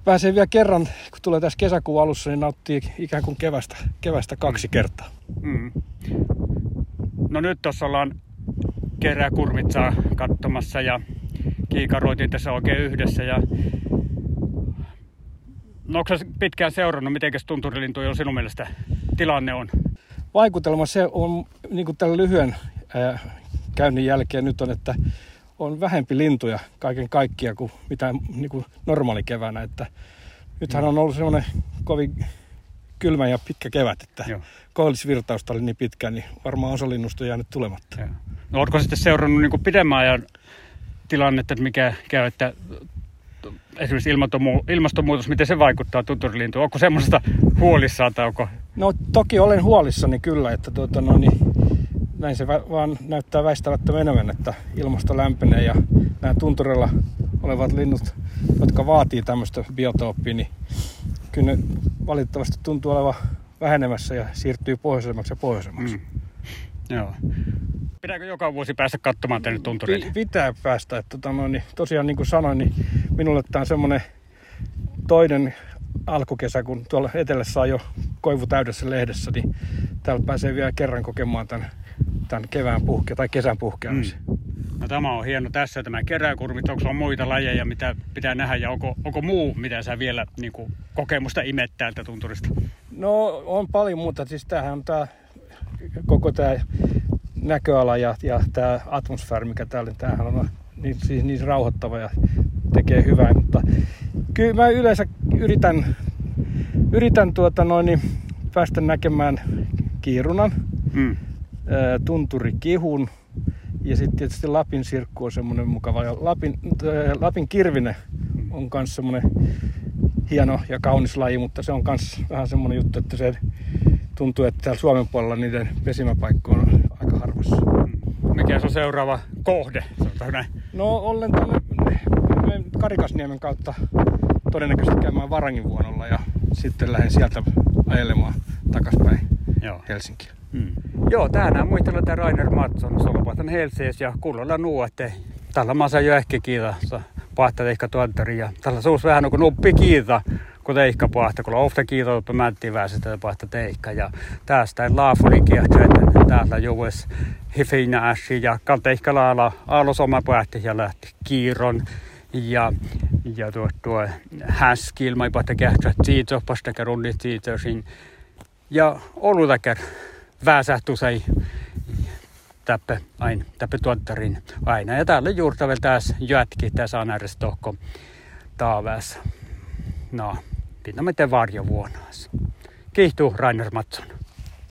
pääsee vielä kerran, kun tulee tässä kesäkuun alussa, niin nauttii ikään kuin kevästä 2 kertaa. Mm. No nyt tuossa ollaan Keräkurmitsaa katsomassa ja kiikaroitiin tässä oikein yhdessä. No onko sä pitkään seurannut, miten tunturilintuja sinun mielestä tilanne on? Vaikutelma se on niin kuin tämän lyhyen käynnin jälkeen nyt on, että on vähempi lintuja kaiken kaikkiaan kuin mitä niin kuin normaali keväänä. Että nythän on ollut semmoinen kovin kylmä ja pitkä kevät, että koillisvirtausta oli niin pitkään, niin varmaan osa linnusta on jäänyt tulematta. Joo. No oletko sitten seurannut niin kuin pidemmän ajan tilannetta, että mikä käy, että esimerkiksi ilmastonmuutos, miten se vaikuttaa tunturilintuun? Onko semmoisesta huolissaan tai onko? No toki olen huolissani kyllä, että näin se vaan näyttää väistämättä menevän, että ilmasto lämpenee ja nämä tunturilla olevat linnut, jotka vaatii tämmöistä biotooppia, niin kyllä ne valitettavasti tuntuu olevan vähenemässä ja siirtyy pohjoisemmaksi ja pohjoisemmaksi. Joo. Pitääkö joka vuosi päästä katsomaan tänne tunturille? Pitää päästä. Että tosiaan niin kuin sanoin, niin minulle tämä on semmoinen toinen alkukesä, kun tuolla etelässä on jo koivu täydessä lehdessä, niin täällä pääsee vielä kerran kokemaan tämän kesän puhkeamisen. No tämä on hieno tässä, tämä keräkurmit. Onko on muita lajeja, mitä pitää nähdä ja onko muu, mitä sä vielä niin kuin, kokemusta imet täältä tunturista? No on paljon muuta. Siis tämähän on koko tämä näköala ja tämä atmosfääri, mikä täällä on, tämähän on niin rauhoittava ja tekee hyvää. Mutta kyllä mä yleensä yritän päästä näkemään kiirunan, tunturikihun ja sitten tietysti Lapin sirkku on semmoinen mukava. Ja Lapin kirvine on myös semmoinen hieno ja kaunis laji, mutta se on myös vähän semmoinen juttu, että se tuntuu, että täällä Suomen puolella niiden pesimäpaikka on aika harvassa. Mikä se on seuraava kohde? No olen tuonne Karikasniemen kautta todennäköisesti käymään Varanginvuonolla ja sitten lähden sieltä ajelemaan takaspäin Helsinkiin. Joo, tänään muistelen tämä Rainer Mattsson solpahtan Helsingissä ja kuulolla nuu, että tällä maassa jo ehkä kiita pahta teikka tuontari ja tällä suus vähän kuin nuppi kiita, kun teikka pahta, kun ofta kiita oppi mäntti väisetä pahta teikka ja tästä laafuri kiehtyä, täällä juures hifinääsi ja kalteikka laala aalosoma pahti ja lähti kiiron ja tuo häski ilman pahta kiehtyä tiito, pahta runnit tiitoisin ja olutakar väsähtusei täppä tuottarin aina. Ja täällä juurta vielä tässä jätki tässä anääressä tohko taavässä. No, pitää miten varjovuonaas. Kiihtuu Rainer Mattsson.